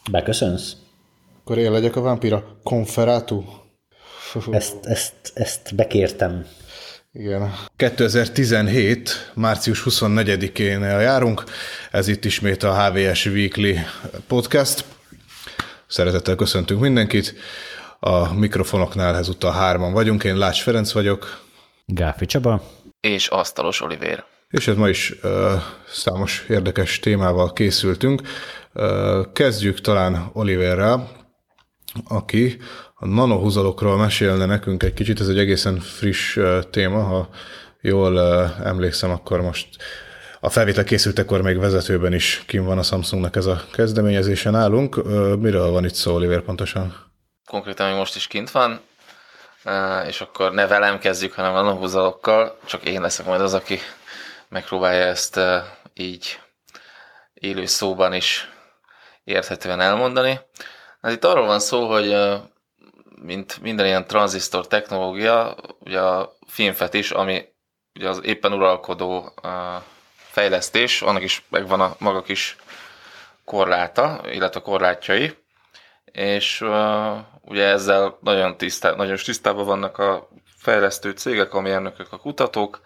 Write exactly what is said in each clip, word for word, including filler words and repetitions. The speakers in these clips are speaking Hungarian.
Beköszönsz? Akkor én legyek a vámpira. Conferatu. Ezt, ezt, ezt bekértem. Igen. kétezer-tizenhét. március huszonnegyedikén járunk. Ez itt ismét a há vé es Weekly Podcast. Szeretettel köszöntünk mindenkit. A mikrofonoknál ezúttal hárman vagyunk. Én Lács Ferenc vagyok. Gáfi Csaba. És Asztalos Olivér. És ez ma is uh, számos érdekes témával készültünk. Uh, kezdjük talán Oliverrel, aki a nanohúzalokról mesélne nekünk egy kicsit. Ez egy egészen friss uh, téma, ha jól uh, emlékszem, akkor most a felvétel készültekor még vezetőben is kim van a Samsungnak ez a kezdeményezése nálunk. Uh, miről van itt szó, Oliver, pontosan? Konkrétan még most is kint van, uh, és akkor ne velem kezdjük, hanem a nanohúzalokkal, csak én leszek majd az, aki megpróbálja ezt uh, így élő szóban is érthetően elmondani. Hát itt arról van szó, hogy uh, mint minden ilyen tranzisztor technológia, ugye a FinFET is, ami ugye az éppen uralkodó uh, fejlesztés, annak is megvan a maga kis korláta, illetve korlátjai, és uh, ugye ezzel nagyon, tisztá, nagyon tisztában vannak a fejlesztő cégek, a mérnökök, a kutatók,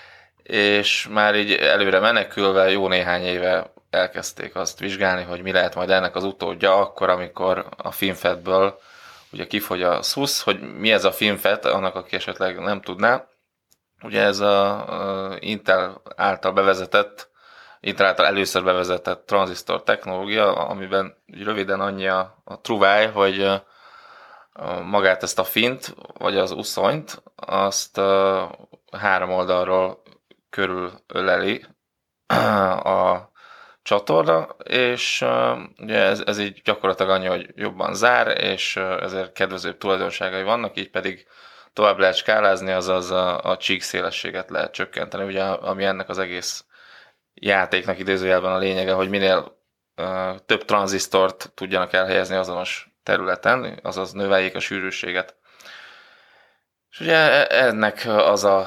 és már így előre menekülve jó néhány éve elkezdték azt vizsgálni, hogy mi lehet majd ennek az utódja akkor, amikor a FinFET-ből ugye kifogy a szusz, hogy mi ez a FinFET, annak, aki esetleg nem tudná. Ugye ez a Intel által bevezetett, Intel által először bevezetett tranzisztor technológia, amiben röviden annyi a, a truváj, hogy magát ezt a fint, vagy az uszonyt, azt három oldalról körülöleli a csatorna, és ugye ez, ez így gyakorlatilag annyi, hogy jobban zár, és ezért kedvezőbb tulajdonságai vannak, így pedig tovább lehet skálázni, azaz a, a csíkszélességet lehet csökkenteni, ugye, ami ennek az egész játéknak idézőjelben a lényege, hogy minél uh, több tranzisztort tudjanak elhelyezni azonos területen, azaz növeljék a sűrűséget. És ugye ennek az a,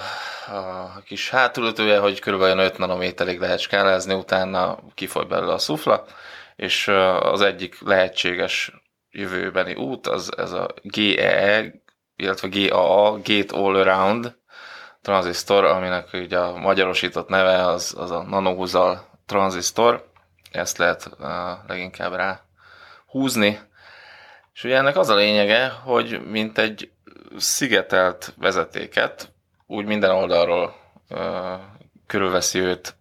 a kis hátulütője, hogy körülbelül öt nanométerig lehet skálázni, utána kifogy belőle a szufla, és az egyik lehetséges jövőbeni út, az ez a gé e e, illetve gé á á, Gate All Around tranzisztor, aminek ugye a magyarosított neve az, az a nanohúzal tranzisztor, ezt lehet uh, leginkább rá húzni. És ugye ennek az a lényege, hogy mint egy szigetelt vezetéket, úgy minden oldalról uh, körülveszi őt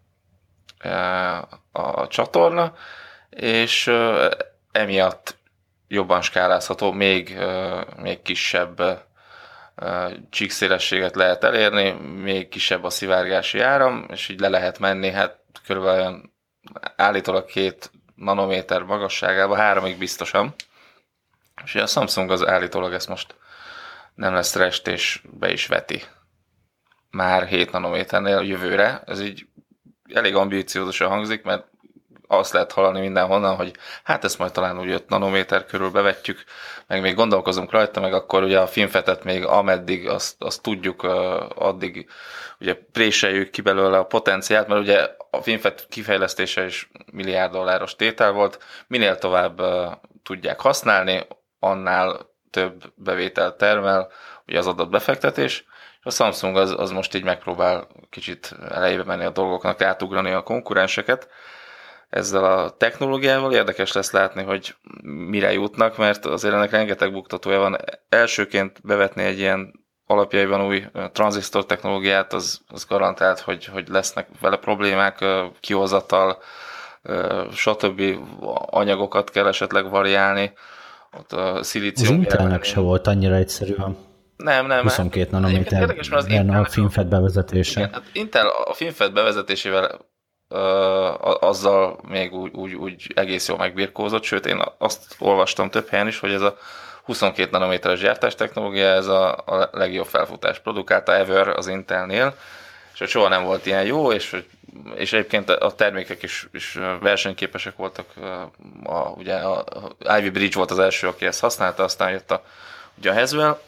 uh, a csatorna, és uh, emiatt jobban skálázható, még, uh, még kisebb uh, csíkszélességet lehet elérni, még kisebb a szivárgási áram, és így le lehet menni, hát körülbelül állítólag két nanométer magasságába, háromig biztosan. És a Samsung az állítólag ezt most nem lesz rest, és be is veti. Már hét nanométernél jövőre. Ez így elég ambíciózusan hangzik, mert azt lehet hallani mindenhonnan, hogy hát ezt majd talán úgy öt nanométer körül bevetjük, meg még gondolkozunk rajta, meg akkor ugye a FinFET-et még ameddig azt, azt tudjuk, addig ugye préseljük ki belőle a potenciált, mert ugye a FinFET kifejlesztése is milliárd dolláros tétel volt, minél tovább tudják használni, annál több bevételt termel, ugye az adott befektetés, és a Samsung az, az most így megpróbál kicsit elejébe menni a dolgoknak, átugrani a konkurenseket. Ezzel a technológiával érdekes lesz látni, hogy mire jutnak, mert azért ennek rengeteg buktatója van. Elsőként bevetni egy ilyen alapjaiban új tranzisztor technológiát, az, az garantált, hogy, hogy lesznek vele problémák, kihozatal, stb. Anyagokat kell esetleg variálni. Ott a szilícium... Az Intelnek se volt annyira egyszerű a nem, nem, huszonkét nanométer érdekes, mert az Intel, a FinFET bevezetése. Igen, hát Intel a FinFET bevezetésével Uh, azzal még úgy, úgy, úgy egész jól megbirkózott, sőt én azt olvastam több helyen is, hogy ez a huszonkét nanométeres gyártás technológia, ez a, a legjobb felfutást produkálta ever az Intelnél, és hogy soha nem volt ilyen jó, és, és egyébként a termékek is, is versenyképesek voltak, a, ugye a Ivy Bridge volt az első, aki ezt használta, aztán jött a, ugye a Haswell.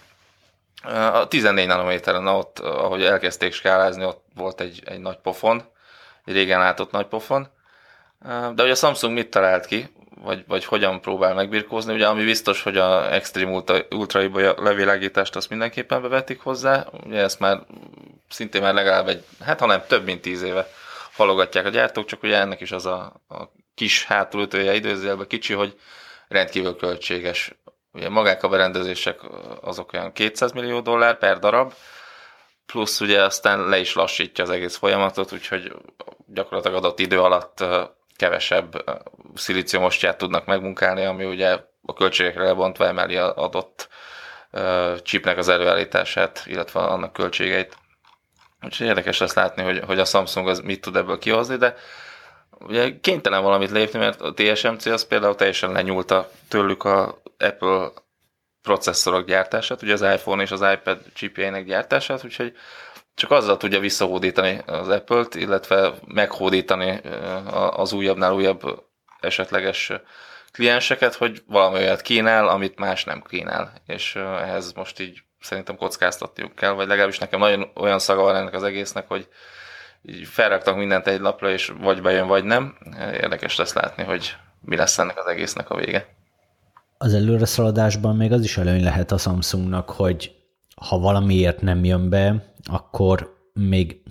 A tizennégy nanométeren, ott, ahogy elkezdték skálázni, ott volt egy, egy nagy pofon, egy régen látott nagy pofon. De hogy a Samsung mit talált ki, vagy, vagy hogyan próbál megbirkózni. Ugye ami biztos, hogy a Extreme Ultra, Ultra levilágítást azt mindenképpen bevetik hozzá. Ugye ezt már szintén már legalább egy, hát hanem több mint tíz éve halogatják a gyártók, csak ugye ennek is az a, a kis hátulütője, időzőjelben kicsi, hogy rendkívül költséges. Ugye magák a berendezések azok olyan kétszáz millió dollár per darab, plusz ugye aztán le is lassítja az egész folyamatot, úgyhogy gyakorlatilag adott idő alatt kevesebb szilíciumostját tudnak megmunkálni, ami ugye a költségekre lebontva emeli az adott chipnek az előállítását, illetve annak költségeit. Úgyhogy érdekes lesz látni, hogy, hogy a Samsung az mit tud ebből kihozni, de ugye kénytelen valamit lépni, mert a té es em cé az például teljesen lenyúlta tőlük a Apple processzorok gyártását, ugye az iPhone és az iPad chipjeinek gyártását, úgyhogy csak azzal tudja visszahódítani az Apple-t, illetve meghódítani az újabbnál újabb esetleges klienseket, hogy valami olyat kínál, amit más nem kínál. És ehhez most így szerintem kockáztatniuk kell, vagy legalábbis nekem nagyon olyan szaga van ennek az egésznek, hogy így felraktak mindent egy lapra, és vagy bejön, vagy nem. Érdekes lesz látni, hogy mi lesz ennek az egésznek a vége. Az előreszaladásban még az is előny lehet a Samsungnak, hogy ha valamiért nem jön be, akkor még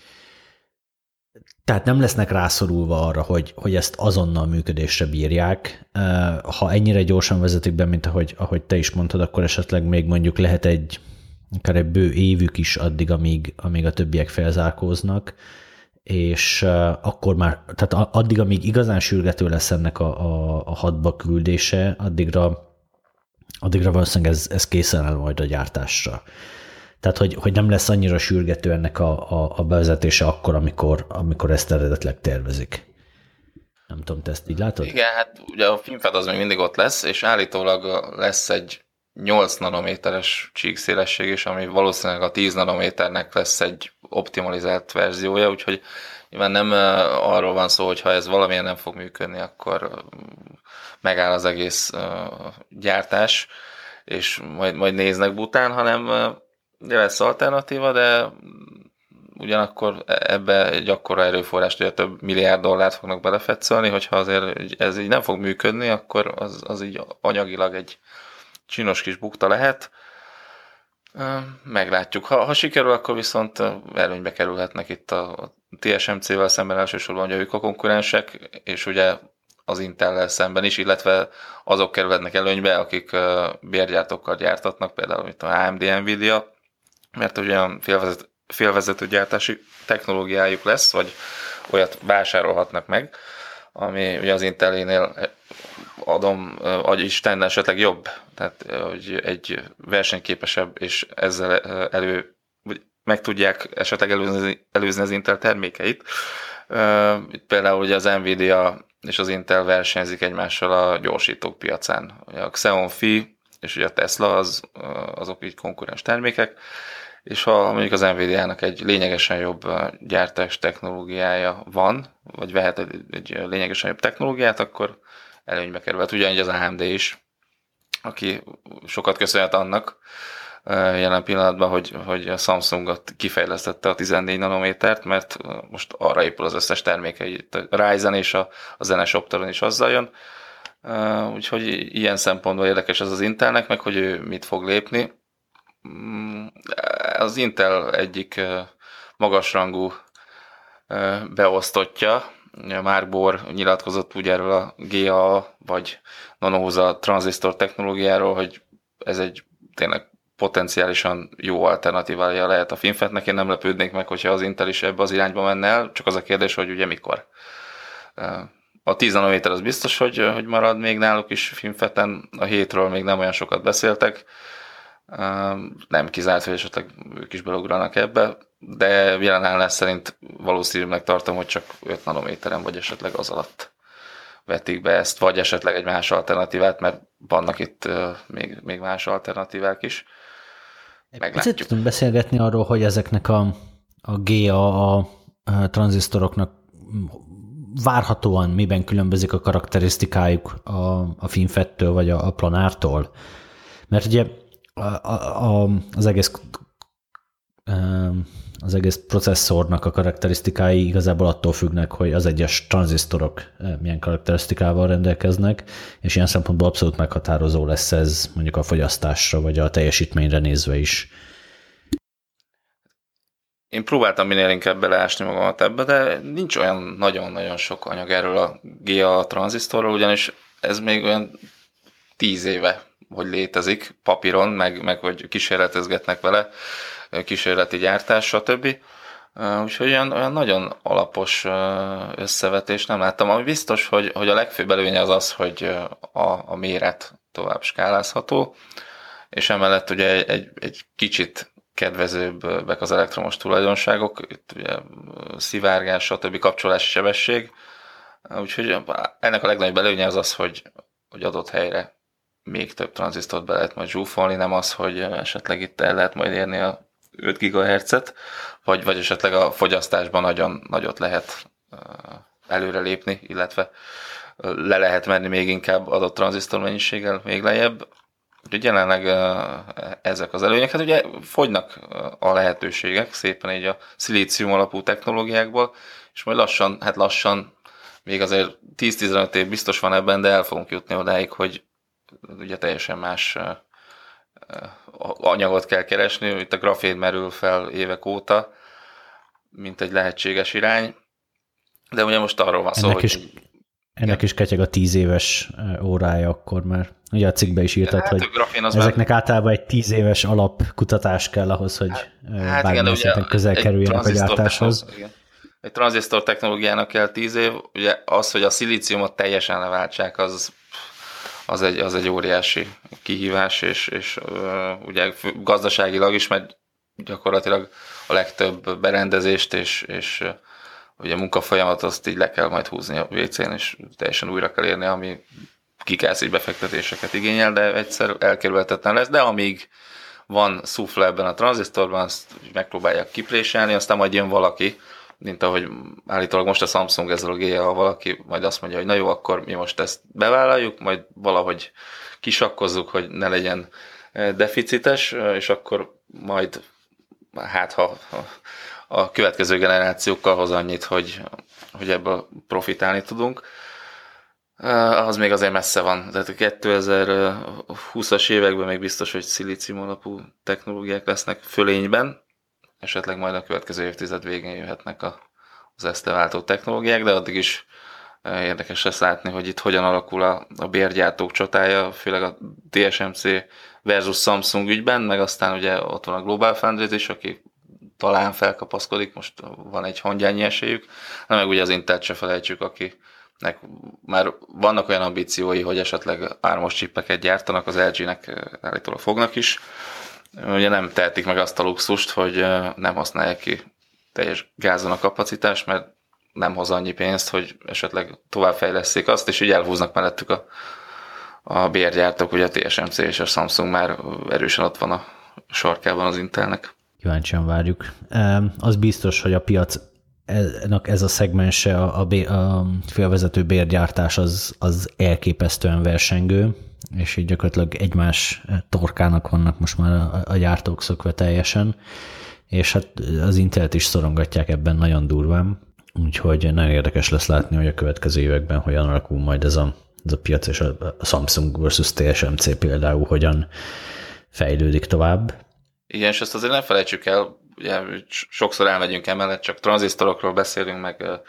tehát nem lesznek rászorulva arra, hogy, hogy ezt azonnal működésre bírják. Ha ennyire gyorsan vezetik be, mint ahogy, ahogy te is mondtad, akkor esetleg még mondjuk lehet egy, akár egy bő évük is addig, amíg, amíg a többiek felzárkóznak, és akkor már, tehát addig, amíg igazán sürgető lesz ennek a, a, a hadba küldése, addigra, addigra valószínűleg ez, ez készen áll majd a gyártásra. Tehát, hogy, hogy nem lesz annyira sürgető ennek a, a, a bevezetése akkor, amikor, amikor ezt eredetileg tervezik. Nem tudom, te ezt így látod? Igen, hát ugye a FinFET az még mindig ott lesz, és állítólag lesz egy nyolc nanométeres csíkszélesség is, ami valószínűleg a tíz nanométernek lesz egy optimalizált verziója, úgyhogy nyilván nem arról van szó, hogy ha ez valamilyen nem fog működni, akkor megáll az egész gyártás, és majd, majd néznek bután, hanem lesz alternatíva, de ugyanakkor ebbe egy akkora erőforrást, hogy több milliárd dollárt fognak belefetszölni, hogyha azért ez így nem fog működni, akkor az, az így anyagilag egy csinos kis bukta lehet. Meglátjuk. Ha, ha sikerül, akkor viszont előnybe kerülhetnek itt a té es em cé-vel szemben elsősorban, hogy ők a konkurensek, és ugye az Intel-lel szemben is, illetve azok kerülhetnek előnybe, akik bérgyártókkal gyártatnak, például itt a á em dé, Nvidia, mert ugye olyan félvezető, félvezető gyártási technológiájuk lesz, vagy olyat vásárolhatnak meg, ami ugye az Intel-nél adom, agyisten esetleg jobb, tehát hogy egy versenyképesebb, és ezzel elő, meg tudják esetleg előzni, előzni az Intel termékeit. Itt például ugye az Nvidia és az Intel versenyzik egymással a gyorsítók piacán. Ugye a Xeon-Phi és ugye a Tesla az, azok így konkurens termékek, és ha mondjuk az Nvidia-nak egy lényegesen jobb gyártás technológiája van, vagy vehet egy, egy lényegesen jobb technológiát, akkor előnybe kerülhet. Ugyanígy az á em dé is, aki sokat köszönhet annak jelen pillanatban, hogy, hogy a Samsungot kifejlesztette a tizennégy nanométert, mert most arra épül az összes terméke, a Ryzen és a, a zenes Opteron is azzal jön. Úgyhogy ilyen szempontból érdekes ez az Intelnek, meg hogy ő mit fog lépni. Az Intel egyik magasrangú beosztottja, Mark Bohr nyilatkozott úgy erről a gé á á vagy nanohúza tranzisztor technológiáról, hogy ez egy tényleg potenciálisan jó alternatívája lehet a FinFET-nek. Én nem lepődnék meg, hogyha az Intel is ebbe az irányba menne el, csak az a kérdés, hogy ugye mikor. A tíz nanométer az biztos, hogy, hogy marad még náluk is FinFET-en, a hétről még nem olyan sokat beszéltek, nem kizárt, hogy esetleg ők is belugranak ebbe, de jelen állás szerint valószínűleg tartom, hogy csak öt nanométeren, vagy esetleg az alatt vetik be ezt, vagy esetleg egy más alternatívát, mert vannak itt még, még más alternatívák is. Meglátjuk. Tudunk beszélgetni arról, hogy ezeknek a, a gé á á tranzisztoroknak várhatóan miben különbözik a karakterisztikájuk a, a FinFET-től, vagy a, a planártól. Mert ugye a, a, az egész az egész processzornak a karakterisztikái igazából attól függnek, hogy az egyes tranzisztorok milyen karakterisztikával rendelkeznek, és ilyen szempontból abszolút meghatározó lesz ez mondjuk a fogyasztásra, vagy a teljesítményre nézve is. Én próbáltam minél inkább beleásni magamat ebbe, de nincs olyan nagyon-nagyon sok anyag erről a gé á tranzisztorról, ugyanis ez még olyan tíz éve, hogy létezik papíron, meg, meg hogy kísérletezgetnek vele, kísérleti gyártás, stb. Úgyhogy olyan, olyan nagyon alapos összevetés nem láttam. Ami biztos, hogy, hogy a legfőbb előnye az az, hogy a, a méret tovább skálázható, és emellett ugye egy, egy, egy kicsit kedvezőbbek az elektromos tulajdonságok, itt ugye szivárgás, stb. Kapcsolási sebesség. Úgyhogy ennek a legnagyobb előnye az az, hogy, hogy adott helyre még több tranzisztort be lehet majd zsúfolni, nem az, hogy esetleg itt el lehet majd érni a öt gigahertzet, vagy, vagy esetleg a fogyasztásban nagyon nagyot lehet előrelépni, illetve le lehet menni még inkább adott tranzisztor mennyiséggel még lejjebb. Úgyhogy jelenleg ezek az előnyek. Hát ugye fogynak a lehetőségek szépen így a szilícium alapú technológiákból, és majd lassan, hát lassan, még azért tíz-tizenöt év biztos van ebben, de el fogunk jutni odáig, hogy ugye teljesen más anyagot kell keresni. Itt a grafén merül fel évek óta, mint egy lehetséges irány, de ugye most arról van szó, hogy... Is, ennek is ketyeg a tíz éves órája akkor már. Ugye a cikkben is írtad, hát, hogy ezeknek már... általában egy tíz éves alapkutatás kell ahhoz, hogy hát, bármilyen szinten közel kerüljenek a gyártáshoz. Egy tranzisztor technológiának kell tíz év, ugye az, hogy a szilíciumot teljesen leváltsák, az, az, egy, az egy óriási kihívás, és, és ugye gazdaságilag is, mert gyakorlatilag a legtöbb berendezést és, és ugye munkafolyamat azt így le kell majd húzni a vé cén, és teljesen újra kell érni, ami kikászi befektetéseket igényel, de egyszer elkerülhetetlen lesz, de amíg van szufla ebben a tranzisztorban, azt megpróbálják kipréselni, aztán majd jön valaki, mint ahogy állítólag most a Samsung ezzel a gé á, valaki majd azt mondja, hogy na jó, akkor mi most ezt bevállaljuk, majd valahogy kisakkozzuk, hogy ne legyen deficites, és akkor majd hát ha a következő generációkkal hoz annyit, hogy, hogy ebből profitálni tudunk. Az még azért messze van. Tehát a kétezer-húszas években még biztos, hogy szilícium alapú technológiák lesznek fölényben, esetleg majd a következő évtized végén jöhetnek a, az ezt leváltó technológiák, de addig is érdekes lesz látni, hogy itt hogyan alakul a, a bérgyártók csatája, főleg a té es em cé versus Samsung ügyben, meg aztán ugye ott van a GlobalFoundries is, aki talán felkapaszkodik, most van egy hangyányi esélyük, de meg ugye az Intelt se felejtsük, akinek már vannak olyan ambíciói, hogy esetleg ármos csippeket gyártanak, az el gé-nek állítólag fognak is. Ugye nem tehetik meg azt a luxust, hogy nem használják ki teljes gázon a kapacitást, mert nem hoz annyi pénzt, hogy esetleg továbbfejleszték azt, és így elhúznak mellettük a, a bérgyártók, ugye a té es em cé és a Samsung már erősen ott van a sarkában az Intelnek. Kíváncsian várjuk. Az biztos, hogy a piacnak ez a szegmense, a, a, a félvezető bérgyártás az, az elképesztően versengő, és így gyakorlatilag egymás torkának vannak most már a, a gyártók szökve teljesen, és hát az Intelt is szorongatják ebben nagyon durván, úgyhogy nagyon érdekes lesz látni, hogy a következő években hogyan alakul majd ez a, ez a piac, és a Samsung versus té es em cé például hogyan fejlődik tovább. Igen, és ezt azért nem felejtsük el, ugye sokszor elmegyünk emellett, csak tranzisztorokról beszélünk, meg uh,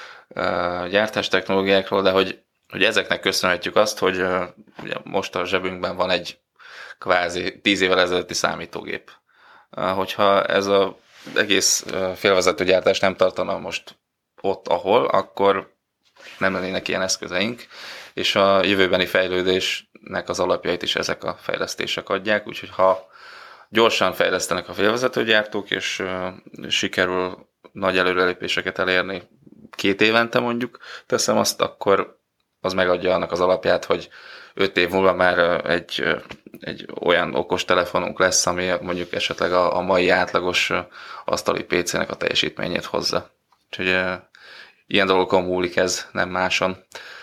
uh, gyártástechnológiákról, de hogy, hogy ezeknek köszönhetjük azt, hogy uh, ugye most a zsebünkben van egy kvázi tíz évvel ezelőtti számítógép. Uh, hogyha ez az egész uh, félvezető gyártás nem tartana most ott, ahol, akkor nem lennének ilyen eszközeink, és a jövőbeni fejlődésnek az alapjait is ezek a fejlesztések adják, úgyhogy ha gyorsan fejlesztenek a félvezetőgyártók, és uh, sikerül nagy előrelépéseket elérni két évente mondjuk, teszem azt, akkor az megadja annak az alapját, hogy öt év múlva már egy, egy olyan okos telefonunk lesz, ami mondjuk esetleg a, a mai átlagos asztali pé cének a teljesítményét hozza. Úgyhogy uh, ilyen dolgokon múlik ez, nem máson.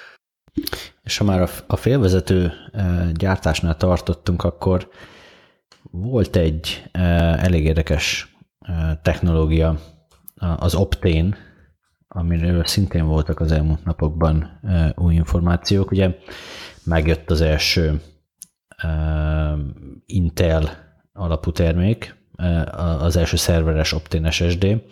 És ha már a, a félvezető uh, gyártásnál tartottunk, akkor volt egy uh, elég érdekes technológia, az Optane, amiről szintén voltak az elmúlt napokban új információk. Ugye megjött az első Intel alapú termék, az első szerveres Optane es es dé,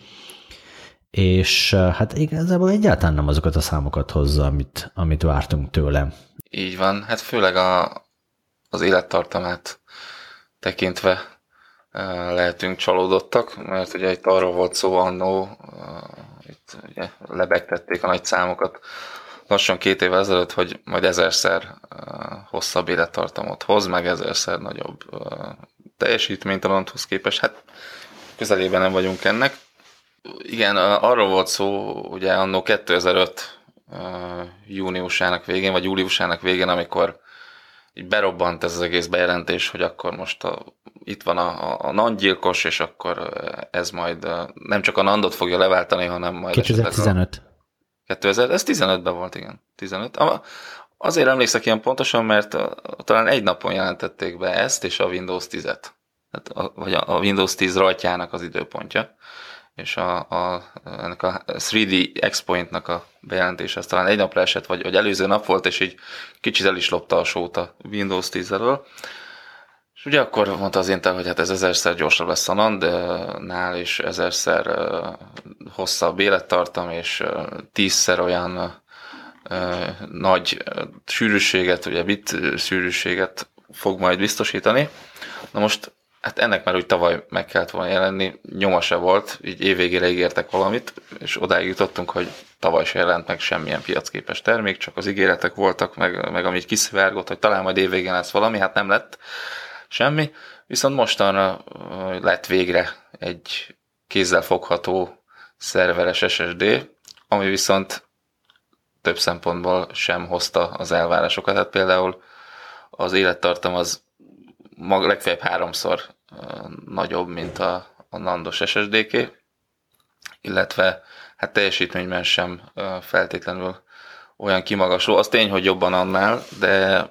és hát igazából egyáltalán nem azokat a számokat hozza, amit, amit vártunk tőle. Így van, hát főleg a, az élettartamát tekintve lehetünk csalódottak, mert ugye itt arról volt szó annó, itt ugye lebegtették a nagy számokat lassan két évvel ezelőtt, hogy majd ezerszer hosszabb élettartamot hoz, meg ezerszer nagyobb teljesítményt a Nandhoz képest. Hát közelében nem vagyunk ennek. Igen, arról volt szó ugye annó kétezer-öt júniusának végén, vagy júliusának végén, amikor így berobbant ez az egész bejelentés, hogy akkor most a, itt van a, a NAND gyilkos, és akkor ez majd nem csak a NANDot fogja leváltani, hanem majd kétezer-tizenöt. kétezer, ez tizenötben volt, igen. tizenöt. Azért emlékszek ilyen pontosan, mert talán egy napon jelentették be ezt, és a Windows tízet. Hát a, vagy a Windows tíz rajtjának az időpontja. És a, a, ennek a három dé X-Point-nak a bejelentése az talán egy napra esett, vagy, vagy előző nap volt, és így kicsit el is lopta a sót a Windows tízről. És ugye akkor mondta az Intel, hogy hát ez ezerszer gyorsabb lesz a NAND-nál, és ezerszer uh, hosszabb élettartam, és uh, tízszer olyan uh, nagy uh, sűrűséget, ugye bit sűrűséget fog majd biztosítani. Na most hát ennek már úgy tavaly meg kellett volna jelenni, nyoma se volt, így évvégére ígértek valamit, és odáig jutottunk, hogy tavaly se jelent meg semmilyen piacképes termék, csak az ígéretek voltak, meg, meg amit kiszivárgott, hogy talán majd évvégén lesz valami, hát nem lett semmi, viszont mostanra lett végre egy kézzel fogható szerveres es es dé, ami viszont több szempontból sem hozta az elvárásokat, hát például az élettartam az mag, legfeljebb háromszor uh, nagyobb, mint a, a nandos es es dé-ké, illetve hát teljesítményben sem uh, feltétlenül olyan kimagasló. Az tény, hogy jobban annál, de,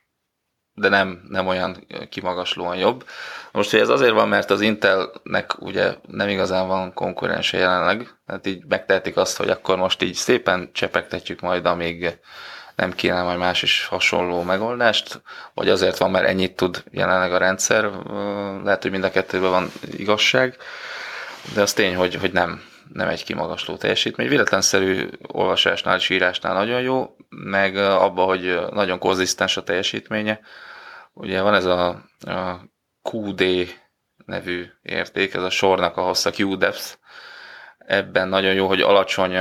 de nem, nem olyan kimagaslóan jobb. Most, hogy ez azért van, mert az Intelnek ugye nem igazán van konkurense jelenleg, tehát így megtehetik azt, hogy akkor most így szépen csepegtetjük majd, amíg nem kéne majd más is hasonló megoldást, vagy azért van, mert ennyit tud jelenleg a rendszer, lehet, hogy mind a kettőben van igazság, de az tény, hogy, hogy nem, nem egy kimagasló teljesítmény. Véletlenszerű olvasásnál és írásnál nagyon jó, meg abban, hogy nagyon konzisztens a teljesítménye. Ugye van ez a, a kú dé nevű érték, ez a sornak a hossza, Q-depth. Ebben nagyon jó, hogy alacsony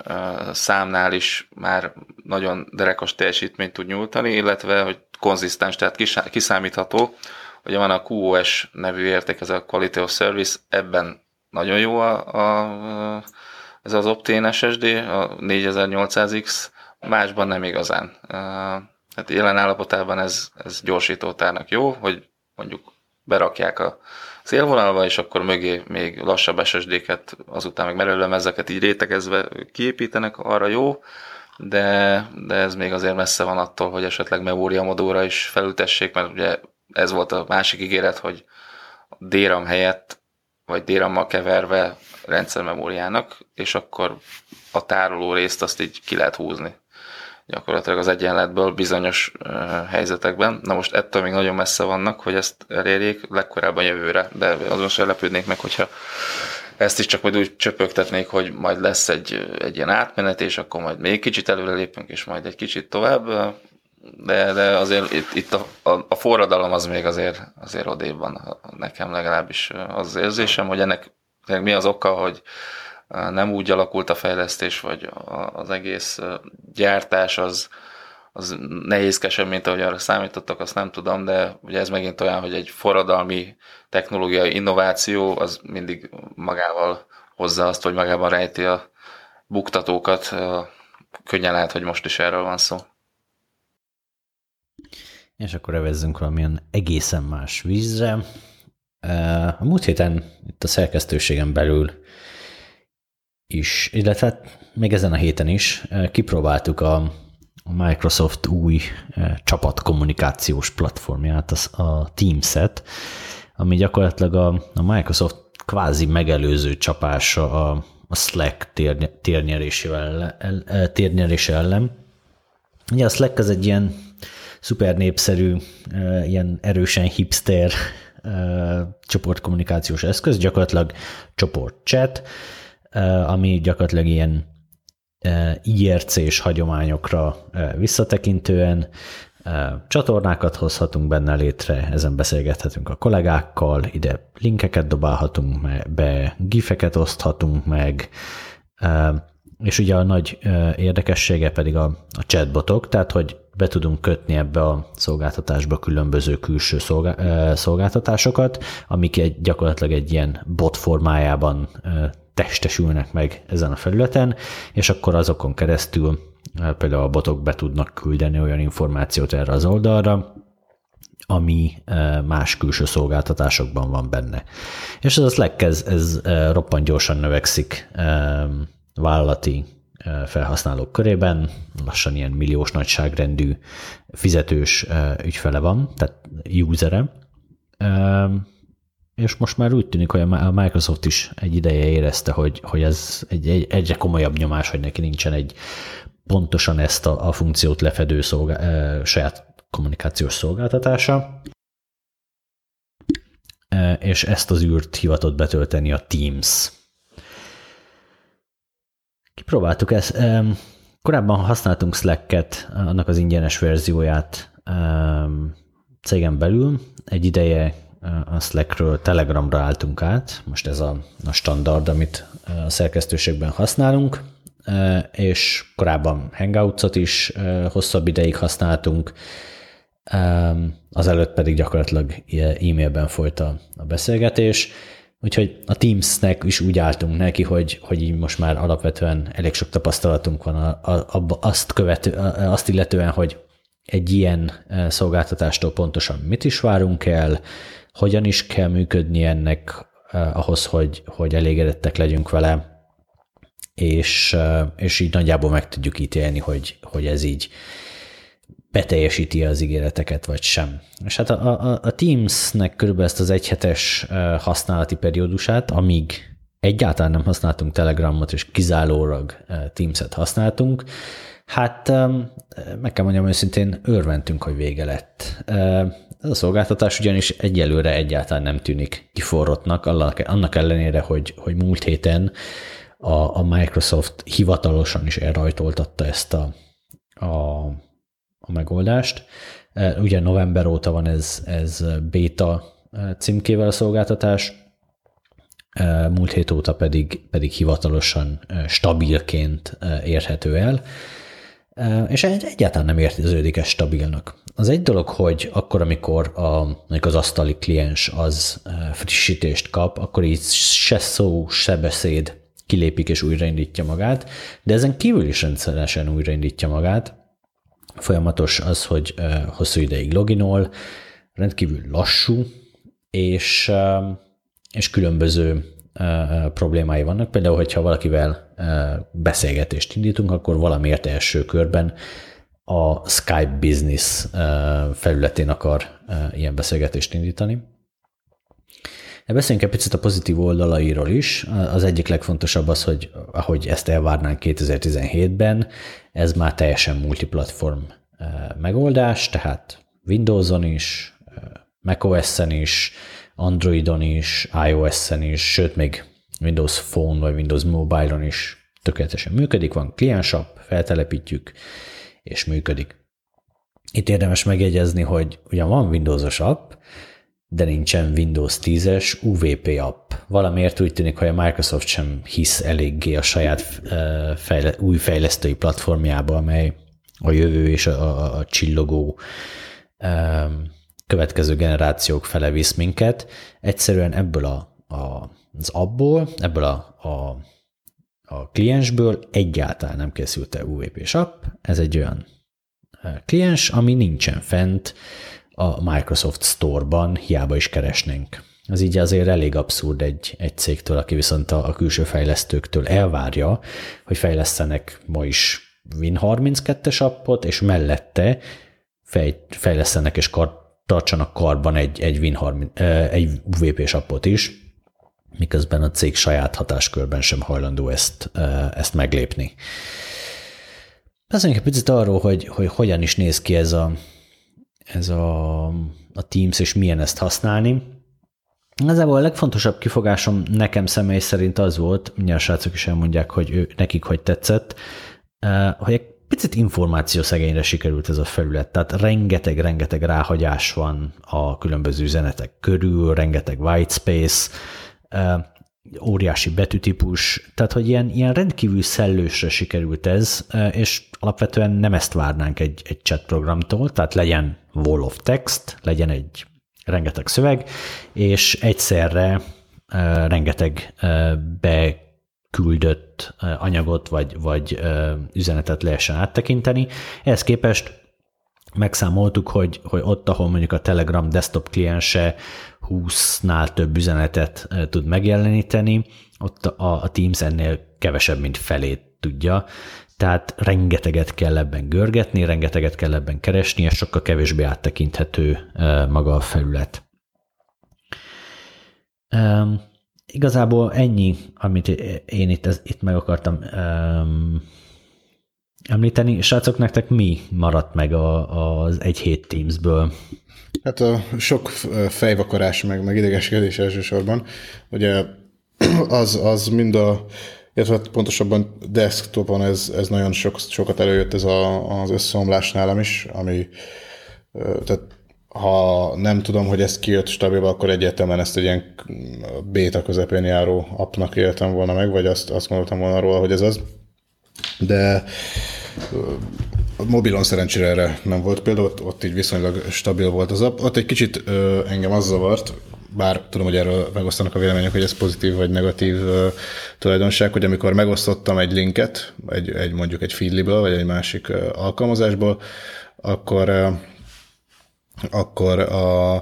számnál is már nagyon derekos teljesítményt tud nyújtani, illetve hogy konzisztens, tehát kiszámítható. Ugye van a kú o es nevű érték, ez a Quality of Service, ebben nagyon jó a, a, ez az Optane es es dé, a négyezer-nyolcszáz X, másban nem igazán. Hát jelen állapotában ez, ez gyorsítótárnak jó, hogy mondjuk berakják a szélvonalba, és akkor mögé még lassabb es es dé-ket, azután meg merőlemezeket így rétegezve kiépítenek, arra jó, de, de ez még azért messze van attól, hogy esetleg memóriamodulra is felültessék, mert ugye ez volt a másik ígéret, hogy dé RAM helyett, vagy dé RAM-mal keverve rendszermemóriának, és akkor a tároló részt azt így ki lehet húzni gyakorlatilag az egyenletből bizonyos uh, helyzetekben. Na most ettől még nagyon messze vannak, hogy ezt elérjék legkorábban jövőre, de azon sem lepődnék meg, hogyha ezt is csak majd úgy csöpögtetnék, hogy majd lesz egy, egy ilyen átmenet, és akkor majd még kicsit előre lépünk, és majd egy kicsit tovább, de, de azért itt, itt a, a, a forradalom az még azért, azért odébb van nekem legalábbis az érzésem, hogy ennek mi az oka, hogy nem úgy alakult a fejlesztés, vagy az egész gyártás az, az nehézkesebb, mint ahogy arra számítottak, azt nem tudom, de ugye ez megint olyan, hogy egy forradalmi technológiai innováció az mindig magával hozza azt, hogy magában rejti a buktatókat. Könnyen lehet, hogy most is erről van szó. És akkor evezzünk valamilyen egészen más vízre. A múlt héten itt a szerkesztőségen belül is, illetve még ezen a héten is kipróbáltuk a Microsoft új csapatkommunikációs platformját, a Teams-et, ami gyakorlatilag a, a Microsoft kvázi megelőző csapása a, a Slack tér, térnyerésével, térnyerése ellen. Ugye a Slack az egy ilyen szuper népszerű, ilyen erősen hipster csoportkommunikációs eszköz, gyakorlatilag csoportchat, ami gyakorlatilag ilyen I R C-s hagyományokra visszatekintően csatornákat hozhatunk benne létre, ezen beszélgethetünk a kollégákkal, ide linkeket dobálhatunk be, gifeket oszthatunk meg, és ugye a nagy érdekessége pedig a, a chatbotok, tehát hogy be tudunk kötni ebbe a szolgáltatásba különböző külső szolgáltatásokat, amik egy, gyakorlatilag egy ilyen bot formájában testesülnek meg ezen a felületen, és akkor azokon keresztül például a botok be tudnak küldeni olyan információt erre az oldalra, ami más külső szolgáltatásokban van benne. És ez a Slack, ez, ez roppant gyorsan növekszik vállalati felhasználók körében, lassan ilyen milliós nagyságrendű fizetős ügyfele van, tehát usere, és most már úgy tűnik, hogy a Microsoft is egy ideje érezte, hogy, hogy ez egy, egy egyre komolyabb nyomás, hogy neki nincsen egy pontosan ezt a, a funkciót lefedő szolgál, saját kommunikációs szolgáltatása, és ezt az űrt hivatott betölteni a Teams. Kipróbáltuk ezt. Korábban használtunk Slack-et, annak az ingyenes verzióját cégen belül. Egy ideje a Slackről Telegramra álltunk át. Most ez a, a standard, amit a szerkesztőségben használunk, és korábban Hangouts-ot is hosszabb ideig használtunk, azelőtt pedig gyakorlatilag e-mailben folyt a, a beszélgetés. Úgyhogy a Teamsnek is úgy álltunk neki, hogy, hogy így most már alapvetően elég sok tapasztalatunk van a, a, azt, követő, azt illetően, hogy egy ilyen szolgáltatástól pontosan mit is várunk el, hogyan is kell működni ennek ahhoz, hogy, hogy elégedettek legyünk vele, és, és így nagyjából meg tudjuk ítélni, hogy, hogy ez így beteljesíti az ígéreteket, vagy sem. És hát a, a, a Teamsnek körülbelül ezt az egyhetes használati periódusát, amíg egyáltalán nem használtunk Telegramot, és kizárólag Teams-et használtunk, hát meg kell mondjam őszintén, örventünk, hogy vége lett. Ez a szolgáltatás ugyanis egyelőre egyáltalán nem tűnik kiforrottnak, annak ellenére, hogy, hogy múlt héten a, a Microsoft hivatalosan is elrajtoltatta ezt a, a a megoldást. Ugye november óta van ez, ez beta címkével a szolgáltatás, múlt hét óta pedig, pedig hivatalosan stabilként érhető el, és egyáltalán nem érteződik ez stabilnak. Az egy dolog, hogy akkor, amikor a, az asztali kliens az frissítést kap, akkor így se szó, se beszéd kilépik és újraindítja magát, de ezen kívül is rendszeresen újraindítja magát. Folyamatos az, hogy hosszú ideig loginol, rendkívül lassú, és, és különböző problémái vannak. Például, hogyha valakivel beszélgetést indítunk, akkor valamiért első körben a Skype Business felületén akar ilyen beszélgetést indítani. Beszéljünk egy picit a pozitív oldalairól is. Az egyik legfontosabb az, hogy ahogy ezt elvárnánk kétezer-tizenhétben, ez már teljesen multiplatform megoldás, tehát Windowson is, macOS-en is, Androidon is, iOS-en is, sőt még Windows Phone vagy Windows Mobile-on is tökéletesen működik, van kliensapp, feltelepítjük, és működik. Itt érdemes megjegyezni, hogy ugyan van Windows-os app, de nincsen Windows tízes u vé pé app. Valamiért úgy tűnik, hogy a Microsoft sem hisz eléggé a saját fejle- új fejlesztői platformjába, amely a jövő és a, a, a csillogó um, következő generációk fele visz minket. Egyszerűen ebből a, a, az appból, ebből a, a, a kliensből egyáltalán nem készült el u vé pés app. Ez egy olyan kliens, ami nincsen fent a Microsoft Store-ban, hiába is keresnénk. Ez így azért elég abszurd egy, egy cégtől, aki viszont a, a külső fejlesztőktől elvárja, hogy fejlesztenek ma is Win harminckettes appot, és mellette fej, fejlesztenek és kar, tartsanak karban egy, egy, Win harminc, egy u vé pés appot is. miközben a cég saját hatáskörben sem hajlandó ezt, ezt meglépni. Beszéljünk egy picit arról, hogy, hogy hogyan is néz ki ez a, ez a, a Teams, és milyen ezt használni. Igazából a legfontosabb kifogásom nekem személy szerint az volt, mindjárt a srácok is elmondják, hogy ő, nekik hogy tetszett, hogy egy picit információszegényre sikerült ez a felület, tehát rengeteg-rengeteg ráhagyás van a különböző üzenetek körül, rengeteg white space, óriási betűtípus, tehát hogy ilyen, ilyen rendkívül szellősre sikerült ez, és alapvetően nem ezt várnánk egy, egy chat programtól, tehát legyen wall of text, legyen egy rengeteg szöveg, és egyszerre uh, rengeteg uh, beküldött uh, anyagot vagy, vagy uh, üzenetet lehessen áttekinteni. Ehhez képest megszámoltuk, hogy, hogy ott, ahol mondjuk a Telegram desktop kliense húsznál több üzenetet uh, tud megjeleníteni, ott a, a Teams ennél kevesebb, mint felét tudja. Tehát rengeteget kell ebben görgetni, rengeteget kell ebben keresni, és sokkal kevésbé áttekinthető maga a felület. Um, igazából ennyi, amit én itt, ez, itt meg akartam um, említeni. Srácok, nektek mi maradt meg a, az egy hét Teamsből? Hát a sok fejvakarás, meg, meg idegeskedés elsősorban. Ugye az, az mind a illetve pontosabban desktopon ez, ez nagyon sok, sokat előjött ez a, az összeomlás nálam is, ami tehát ha nem tudom, hogy ez kijött stabilba, akkor egyértelműen ezt egy ilyen béta közepén járó appnak éltem volna meg, vagy azt, azt gondoltam volna róla, hogy ez az. De a mobilon szerencsére erre nem volt például, ott, ott így viszonylag stabil volt az app. Ott egy kicsit ö, engem az zavart, bár tudom, hogy erről megosztanak a vélemények, hogy ez pozitív vagy negatív ö, tulajdonság, hogy amikor megosztottam egy linket, egy, egy mondjuk egy Feedly-ből, vagy egy másik ö, alkalmazásból, akkor, ö, akkor a,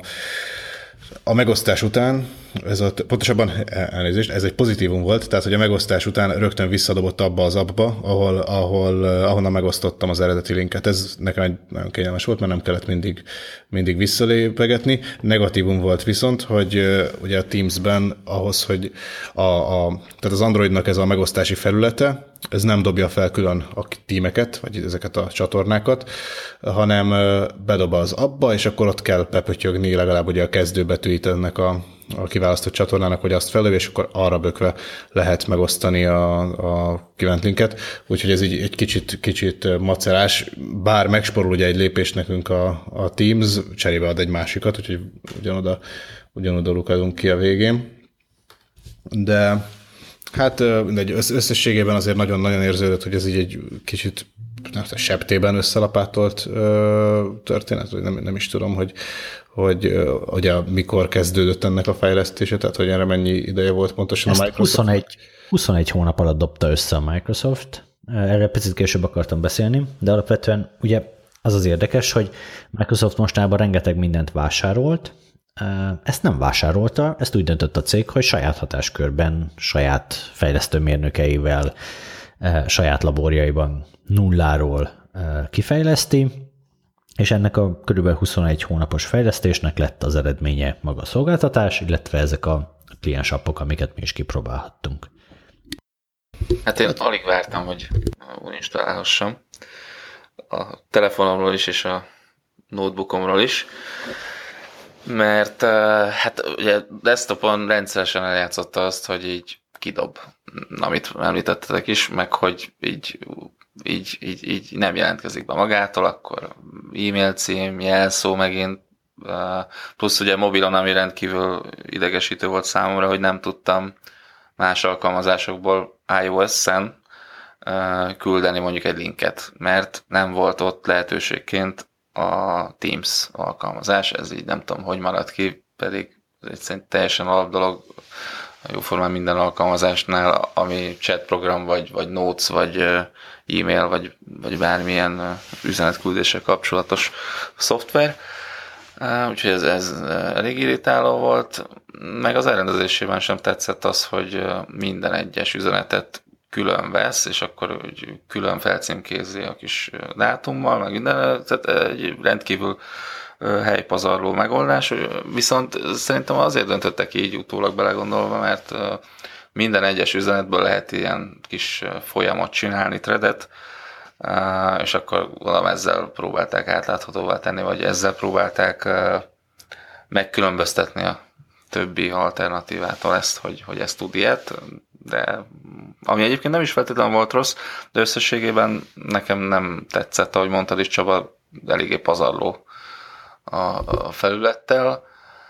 a megosztás után, ez a, pontosabban elnézést, ez egy pozitívum volt, tehát hogy a megosztás után rögtön visszadobott abba az appba, ahol, ahol, ahonnan megosztottam az eredeti linket. Ez nekem egy nagyon kényelmes volt, mert nem kellett mindig, mindig visszalépegetni. Negatívum volt viszont, hogy ugye a Teamsben ahhoz, hogy a, a, tehát az Androidnak ez a megosztási felülete, ez nem dobja fel külön a tímeket, vagy ezeket a csatornákat, hanem bedob az appba, és akkor ott kell bepötyögni legalább ugye a kezdőbetűit ennek a a kiválasztott csatornának, hogy azt felöv, és akkor arra bökve lehet megosztani a, a kívánt linket. Úgyhogy ez így egy kicsit, kicsit macerás, bár megsporul ugye egy lépés nekünk a, a Teams, cserébe ad egy másikat, úgyhogy ugyanoda, ugyanoda lukadunk ki a végén. De hát összességében azért nagyon-nagyon érződött, hogy ez így egy kicsit nem, septében összelapátolt történet, vagy nem, nem is tudom, hogy hogy ugye mikor kezdődött ennek a fejlesztése, tehát hogy erre mennyi ideje volt pontosan ezt a Microsoft? huszonegy, huszonegy hónap alatt dobta össze a Microsoft. Erre picit később akartam beszélni, de alapvetően ugye az az érdekes, hogy Microsoft mostában rengeteg mindent vásárolt, ezt nem vásárolta, ezt úgy döntött a cég, hogy saját hatáskörben, saját fejlesztőmérnökeivel, saját laborjaiban nulláról kifejleszti, és ennek a körülbelül huszonegy hónapos fejlesztésnek lett az eredménye maga a szolgáltatás, illetve ezek a kliens appok, amiket mi is kipróbálhattunk. Hát én alig vártam, hogy installálhassam a telefonomról is, és a notebookomról is, mert hát ugye desktopon rendszeresen eljátszotta azt, hogy így kidob, amit említettetek is, meg hogy így Így, így, így nem jelentkezik be magától, akkor e-mail cím, jelszó megint, plusz ugye mobilon, ami rendkívül idegesítő volt számomra, hogy nem tudtam más alkalmazásokból iOS-en küldeni mondjuk egy linket, mert nem volt ott lehetőségként a Teams alkalmazás, ez így nem tudom, hogy maradt ki, pedig ez egy teljesen alap dolog, jóformán minden alkalmazásnál, ami chat program, vagy, vagy notes, vagy e-mail, vagy, vagy bármilyen üzenetküldéssel kapcsolatos szoftver. Úgyhogy ez, ez elég irritáló volt. Meg az elrendezésében sem tetszett az, hogy minden egyes üzenetet külön vesz, és akkor külön felcímkézi a kis dátummal, meg minden. Tehát egy rendkívül helypazarló megoldás, viszont szerintem azért döntöttek így utólag belegondolva, mert minden egyes üzenetből lehet ilyen kis folyamat csinálni, threadet, és akkor valam ezzel próbálták átláthatóvá tenni, vagy ezzel próbálták megkülönböztetni a többi alternatívától ezt, hogy, hogy ez tud ilyet, de ami egyébként nem is feltétlenül volt rossz, de összességében nekem nem tetszett, ahogy mondtad is, Csaba, eléggé pazarló a, a felülettel.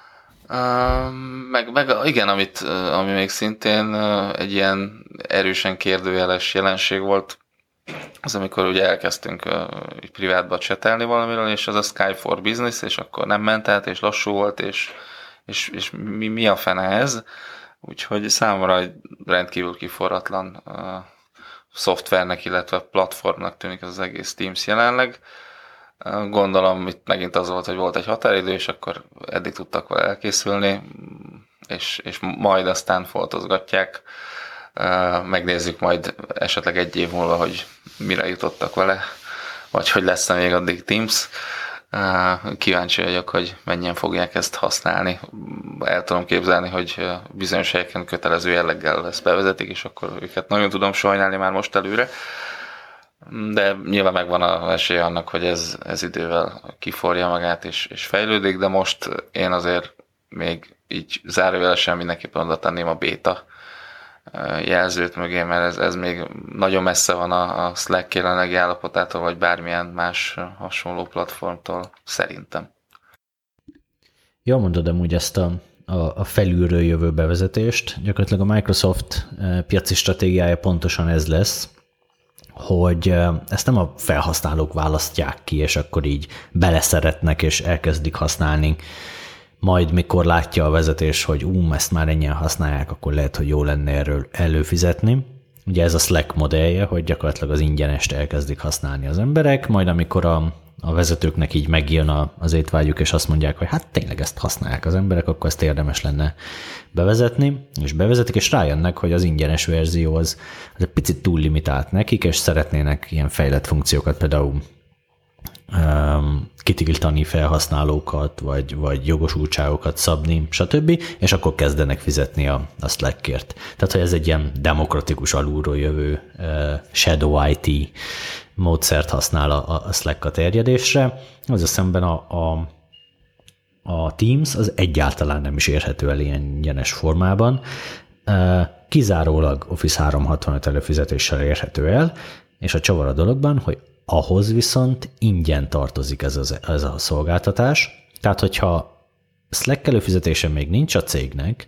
Meg, meg igen, amit, ami még szintén egy ilyen erősen kérdőjeles jelenség volt, az amikor ugye elkezdtünk így privátba csetelni valamiről, és az a Skype for Business, és akkor nem ment át, és lassú volt, és, és, és mi, mi a fene ez? Úgyhogy számomra egy rendkívül kiforratlan uh, szoftvernek, illetve platformnak tűnik az egész Teams jelenleg. Uh, gondolom itt megint az volt, hogy volt egy határidő, és akkor eddig tudtak vele elkészülni, és, és majd aztán foltozgatják. Uh, megnézzük majd esetleg egy év múlva, hogy mire jutottak vele, vagy hogy lesz-e még addig Teams. Uh, kíváncsi vagyok, hogy mennyien fogják ezt használni. El tudom képzelni, hogy bizonyos helyeken kötelező jelleggel ezt bevezetik, és akkor őket nagyon tudom sajnálni már most előre. De nyilván megvan az esély annak, hogy ez, ez idővel kiforja magát és, és fejlődik, de most én azért még így zárójelesen mindenképpen oda tenném a béta jelzőt mögé, mert ez, ez még nagyon messze van a, a Slack jelenlegi állapotától, vagy bármilyen más hasonló platformtól, szerintem. Jól mondod amúgy ezt a, a, a felülről jövő bevezetést. Gyakorlatilag a Microsoft piaci stratégiája pontosan ez lesz, hogy ezt nem a felhasználók választják ki, és akkor így beleszeretnek, és elkezdik használni. Majd mikor látja a vezetés, hogy ú, ezt már ennyien használják, akkor lehet, hogy jó lenne erről előfizetni. Ugye ez a Slack modellje, hogy gyakorlatilag az ingyenest elkezdik használni az emberek, majd amikor a, a vezetőknek így megjön az étvágyuk, és azt mondják, hogy hát tényleg ezt használják az emberek, akkor ezt érdemes lenne bevezetni, és bevezetik, és rájönnek, hogy az ingyenes verzió az, az egy picit túl limitált nekik, és szeretnének ilyen fejlett funkciókat, például kitiltani felhasználókat, vagy, vagy jogosultságokat szabni, stb., és akkor kezdenek fizetni a, a Slackért. Tehát, hogy ez egy ilyen demokratikus alulról jövő uh, Shadow i té módszert használ a, a Slack a terjedésre. Az szemben a, a, a Teams az egyáltalán nem is érhető el ilyen ingyenes formában. Uh, kizárólag Office háromszázhatvanöt előfizetéssel érhető el, és a csavar a dologban, hogy ahhoz viszont ingyen tartozik ez, az, ez a szolgáltatás. Tehát, hogyha Slack előfizetése még nincs a cégnek,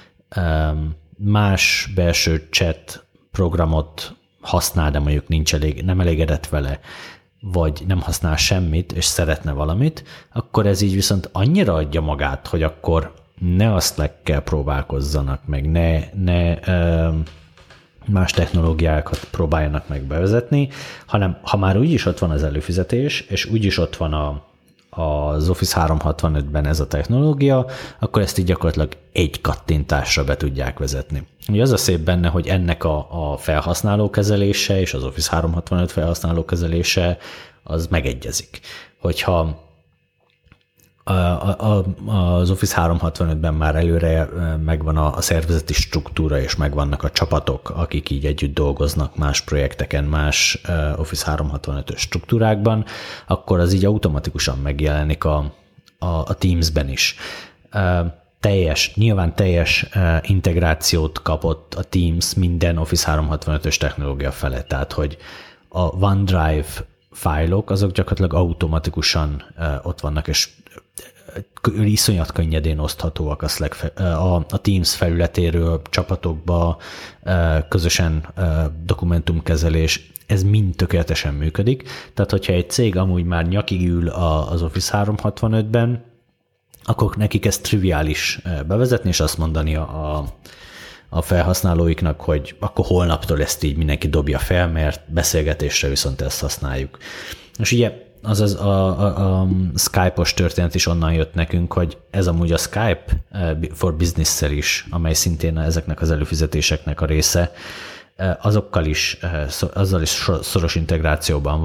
más belső chat programot használ, de mondjuk nincs elég, nem elégedett vele, vagy nem használ semmit, és szeretne valamit, akkor ez így viszont annyira adja magát, hogy akkor ne a Slack-kel próbálkozzanak, meg ne, ne más technológiákat próbáljanak meg bevezetni, hanem ha már úgyis ott van az előfizetés, és úgyis ott van a, az Office háromszázhatvanötben ez a technológia, akkor ezt így gyakorlatilag egy kattintásra be tudják vezetni. Ugye az a szép benne, hogy ennek a, a felhasználó kezelése és az Office háromszázhatvanöt felhasználó kezelése az megegyezik. Hogyha A, a, az Office háromszázhatvanötben már előre megvan a, a szervezeti struktúra, és megvannak a csapatok, akik így együtt dolgoznak más projekteken, más uh, Office háromszázhatvanötös struktúrákban, akkor az így automatikusan megjelenik a, a, a Teams-ben is. Uh, teljes, nyilván teljes uh, integrációt kapott a Teams minden Office háromszázhatvanötös technológia felett, tehát hogy a OneDrive fájlok, azok gyakorlatilag automatikusan uh, ott vannak, és iszonyat könnyedén oszthatóak a, Slack, a, a Teams felületéről, csapatokba, közösen dokumentumkezelés, ez mind tökéletesen működik. Tehát, hogyha egy cég amúgy már nyakig ül az Office háromszázhatvanötben, akkor nekik ez triviális bevezetni, és azt mondani a, a felhasználóiknak, hogy akkor holnaptól ezt így mindenki dobja fel, mert beszélgetésre viszont ezt használjuk. És ugye azaz a, a, a Skype-os történet is onnan jött nekünk, hogy ez amúgy a Skype for Business-szel is, amely szintén ezeknek az előfizetéseknek a része, azokkal is, azzal is szoros integrációban van,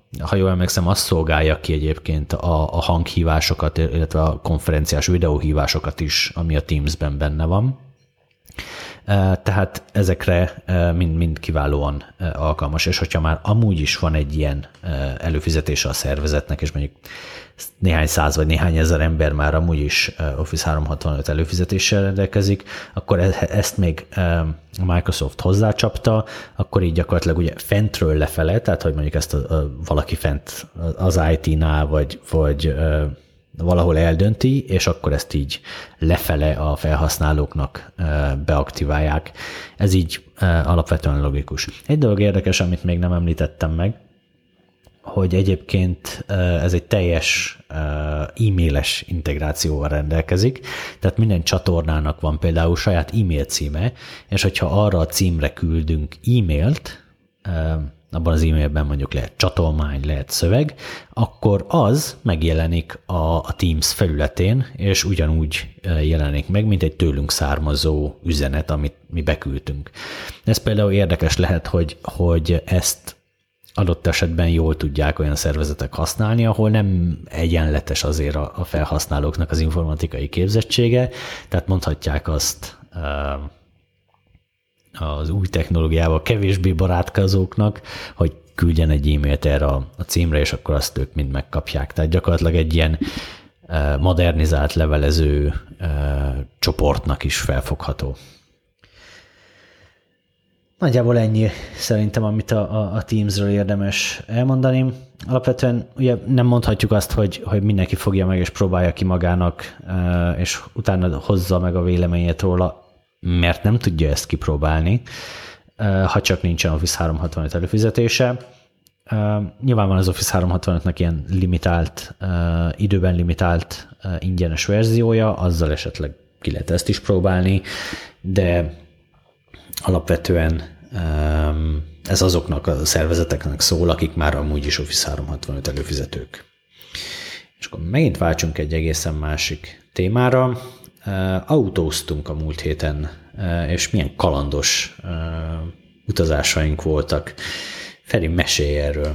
ha jól emlékszem, azt szolgálja ki egyébként a, a hanghívásokat, illetve a konferenciás videóhívásokat is, ami a Teams-ben benne van. Tehát ezekre mind, mind kiválóan alkalmas, és hogyha már amúgy is van egy ilyen előfizetése a szervezetnek, és mondjuk néhány száz vagy néhány ezer ember már amúgy is Office háromszázhatvanöt előfizetéssel rendelkezik, akkor ezt még a Microsoft hozzácsapta, akkor így gyakorlatilag ugye fentről lefele, tehát hogy mondjuk ezt a, a, valaki fent az i té-nál, vagy, vagy valahol eldönti, és akkor ezt így lefele a felhasználóknak beaktiválják. Ez így alapvetően logikus. Egy dolog érdekes, amit még nem említettem meg, hogy egyébként ez egy teljes e-mailes integrációval rendelkezik, tehát minden csatornának van például saját e-mail címe, és hogyha arra a címre küldünk e-mailt, abban az e-mailben mondjuk lehet csatolmány, lehet szöveg, akkor az megjelenik a, a Teams felületén, és ugyanúgy jelenik meg, mint egy tőlünk származó üzenet, amit mi beküldtünk. Ez például érdekes lehet, hogy, hogy ezt adott esetben jól tudják olyan szervezetek használni, ahol nem egyenletes azért a, a felhasználóknak az informatikai képzettsége, tehát mondhatják azt az új technológiával kevésbé barátkozóknak, hogy küldjen egy e-mailt erre a címre, és akkor azt ők mind megkapják. Tehát gyakorlatilag egy ilyen modernizált levelező csoportnak is felfogható. Nagyjából ennyi szerintem, amit a, a, a Teamsről érdemes elmondani. Alapvetően ugye nem mondhatjuk azt, hogy, hogy mindenki fogja meg és próbálja ki magának, és utána hozza meg a véleményét róla, mert nem tudja ezt kipróbálni, ha csak nincsen Office háromszázhatvanöt előfizetése. Nyilván van az Office háromszázhatvanötnek ilyen limitált, időben limitált ingyenes verziója, azzal esetleg ki lehet ezt is próbálni, de alapvetően ez azoknak a szervezeteknek szól, akik már amúgy is Office háromszázhatvanöt előfizetők. És akkor megint váltsunk egy egészen másik témára. Autóztunk a múlt héten, és milyen kalandos utazásaink voltak. Feri, mesélj erről.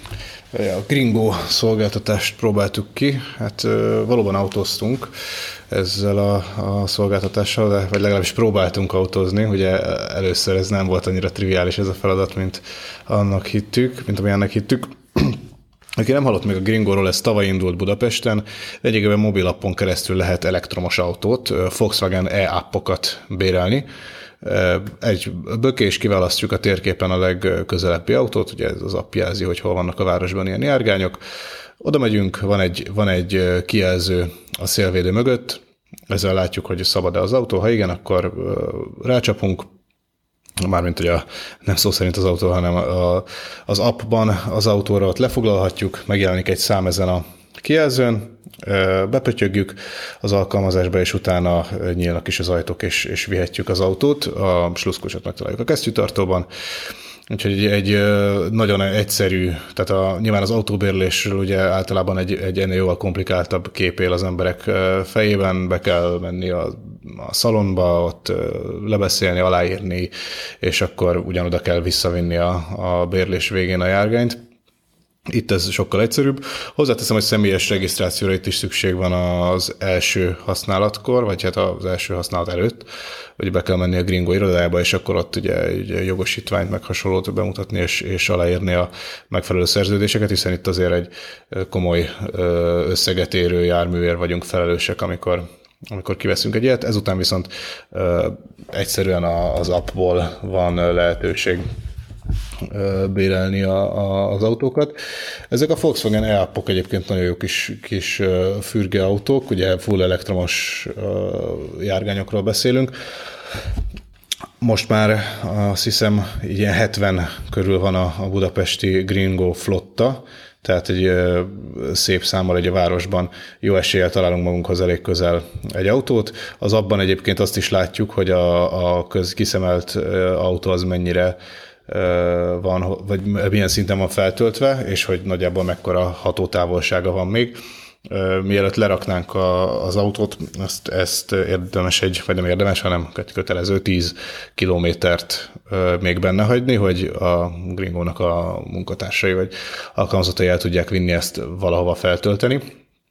A Gringo szolgáltatást próbáltuk ki, hát valóban autóztunk ezzel a, a szolgáltatással, de, vagy legalábbis próbáltunk autózni, ugye először ez nem volt annyira triviális ez a feladat, mint annak hittük, mint amilyennek hittük. Aki nem hallott még a Gringoról, ez tavaly indult Budapesten, egyébként mobilappon keresztül lehet elektromos autót, Volkswagen e-appokat bérelni. Egy bökés kiválasztjuk a térképen a legközelebbi autót, ugye ez az app jelzi, hogy hol vannak a városban ilyen járgányok. Oda megyünk, van egy, van egy kijelző a szélvédő mögött, ezzel látjuk, hogy szabad-e az autó, ha igen, akkor rácsapunk, mármint, hogy a, nem szó szerint az autó, hanem a, az appban az autóra ott lefoglalhatjuk, megjelenik egy szám ezen a kijelzőn, bepötyögjük az alkalmazásba, és utána nyílnak is az ajtók, és, és vihetjük az autót, a sluszkulcsot megtaláljuk a kesztyűtartóban. Úgyhogy egy, egy nagyon egyszerű, tehát a, nyilván az autóbérlésről ugye általában egy, egy ennél jóval komplikáltabb kép él az emberek fejében, be kell menni a, a szalonba, ott lebeszélni, aláírni, és akkor ugyanoda kell visszavinni a, a bérlés végén a járgányt. Itt ez sokkal egyszerűbb. Hozzáteszem, hogy személyes regisztrációra itt is szükség van az első használatkor, vagy hát az első használat előtt, hogy be kell menni a Gringo irodájába, és akkor ott ugye egy jogosítványt meg hasonlót bemutatni, és, és aláírni a megfelelő szerződéseket, hiszen itt azért egy komoly összeget érő járműért vagyunk felelősek, amikor, amikor kiveszünk egy ilyet. Ezután viszont egyszerűen az appból van lehetőség bérelni a, a, az autókat. Ezek a Volkswagen e-appok egyébként nagyon jó kis, kis fürge autók, ugye full elektromos járgányokról beszélünk. Most már azt hiszem, ilyen hetven körül van a, a budapesti Gringo flotta, tehát egy szép számmal egy a városban jó eséllyel találunk magunkhoz elég közel egy autót. Az abban egyébként azt is látjuk, hogy a, a köz kiszemelt autó az mennyire van, vagy milyen szinten van feltöltve, és hogy nagyjából mekkora hatótávolsága van még. mielőtt leraknánk a, az autót, ezt, ezt érdemes egy, vagy nem érdemes, hanem kötelező tíz kilométert még benne hagyni, hogy a Gringónak a munkatársai vagy alkalmazottai el tudják vinni ezt valahova feltölteni.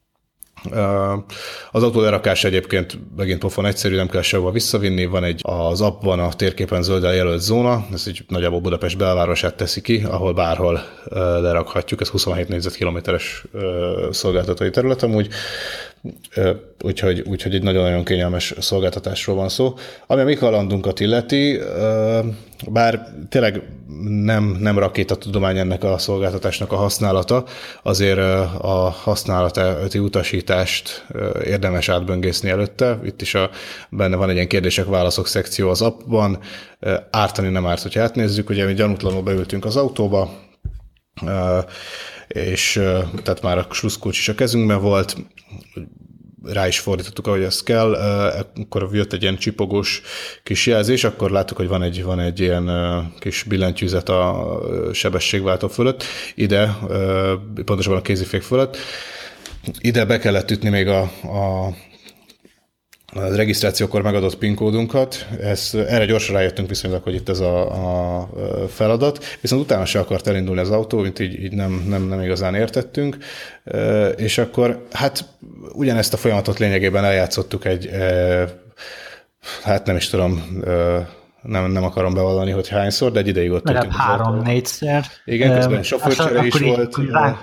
Az autó lerakása egyébként megint pofon egyszerű, nem kell sehova visszavinni, van egy az appban a térképen zölddel jelölt zóna, ez egy nagyjából Budapest belvárosát teszi ki, ahol bárhol lerakhatjuk, ez huszonhét négyzetkilométeres szolgáltatói terület amúgy, úgyhogy, úgyhogy egy nagyon-nagyon kényelmes szolgáltatásról van szó. Ami a mi kalandunkat illeti, bár tényleg nem, nem rakétatudomány ennek a szolgáltatásnak a használata, azért a használati utasítást érdemes átböngészni előtte. Itt is a, benne van egy ilyen kérdések-válaszok szekció az appban. Ártani nem árt, hogy átnézzük. Ugye mi gyanútlanul beültünk az autóba, és tehát már a sluszkulcs is a kezünkben volt, rá is fordítottuk, ahogy ezt kell, akkor jött egy ilyen csipogós kis jelzés, akkor láttuk, hogy van egy, van egy ilyen kis billentyűzet a sebességváltó fölött, ide, pontosabban a kézifék fölött, ide be kellett ütni még a, a a regisztrációkor megadott PIN kódunkat, ezt, erre gyorsan rájöttünk viszonylag, hogy itt ez a, a feladat, viszont utána se akart elindulni az autó, mint így, így nem, nem, nem igazán értettünk, és akkor hát ugyanezt a folyamatot lényegében eljátszottuk egy, hát nem is tudom, nem, nem akarom bevallani, hogy hányszor, de egy ideig ott legalább három-négyszer. Igen, közben sofőrcsere is volt. Ránk,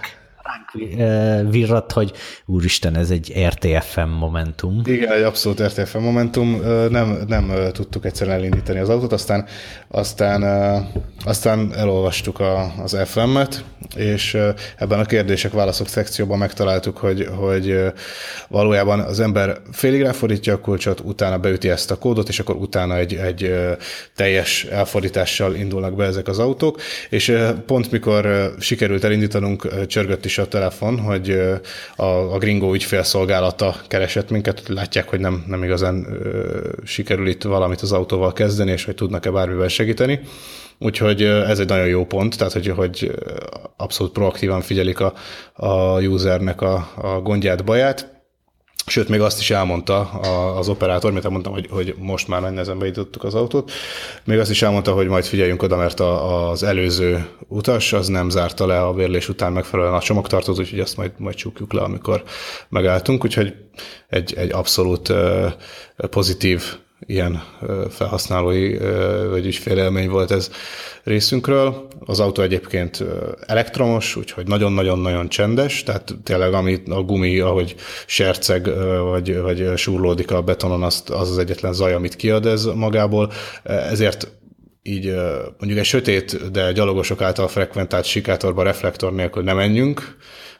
ránk virrat, hogy úristen, ez egy er té ef em momentum. Igen, egy abszolút er té ef em momentum. Nem, nem tudtuk egyszerűen elindítani az autót, aztán, aztán, aztán elolvastuk a, az ef em-et, és ebben a kérdések-válaszok szekcióban megtaláltuk, hogy, hogy valójában az ember félig ráfordítja a kulcsot, utána beüti ezt a kódot, és akkor utána egy, egy teljes elfordítással indulnak be ezek az autók, és pont mikor sikerült elindítanunk, csörgött is a telefon, hogy a, a Gringo ügyfélszolgálata keresett minket, látják, hogy nem, nem igazán sikerül itt valamit az autóval kezdeni, és hogy tudnak-e bármivel segíteni. Úgyhogy ez egy nagyon jó pont, tehát hogy, hogy abszolút proaktívan figyelik a, a usernek a, a gondját, baját. Sőt, még azt is elmondta az operátor, mint mondtam, hogy, hogy most már nagy nehezen beindítottuk az autót, még azt is elmondta, hogy majd figyeljünk oda, mert a, az előző utas az nem zárta le a bérlés után megfelelően a csomagtartót, úgyhogy azt majd, majd csukjuk le, amikor megálltunk, úgyhogy egy, egy abszolút uh, pozitív ilyen felhasználói vagy ügyfélélmény volt ez részünkről. Az autó egyébként elektromos, úgyhogy nagyon-nagyon-nagyon csendes, tehát tényleg ami a gumi, ahogy serceg vagy, vagy súrlódik a betonon, azt, az az egyetlen zaj, amit kiad ez magából. Ezért így mondjuk egy sötét, de gyalogosok által frekventált sikátorba reflektor nélkül nem menjünk,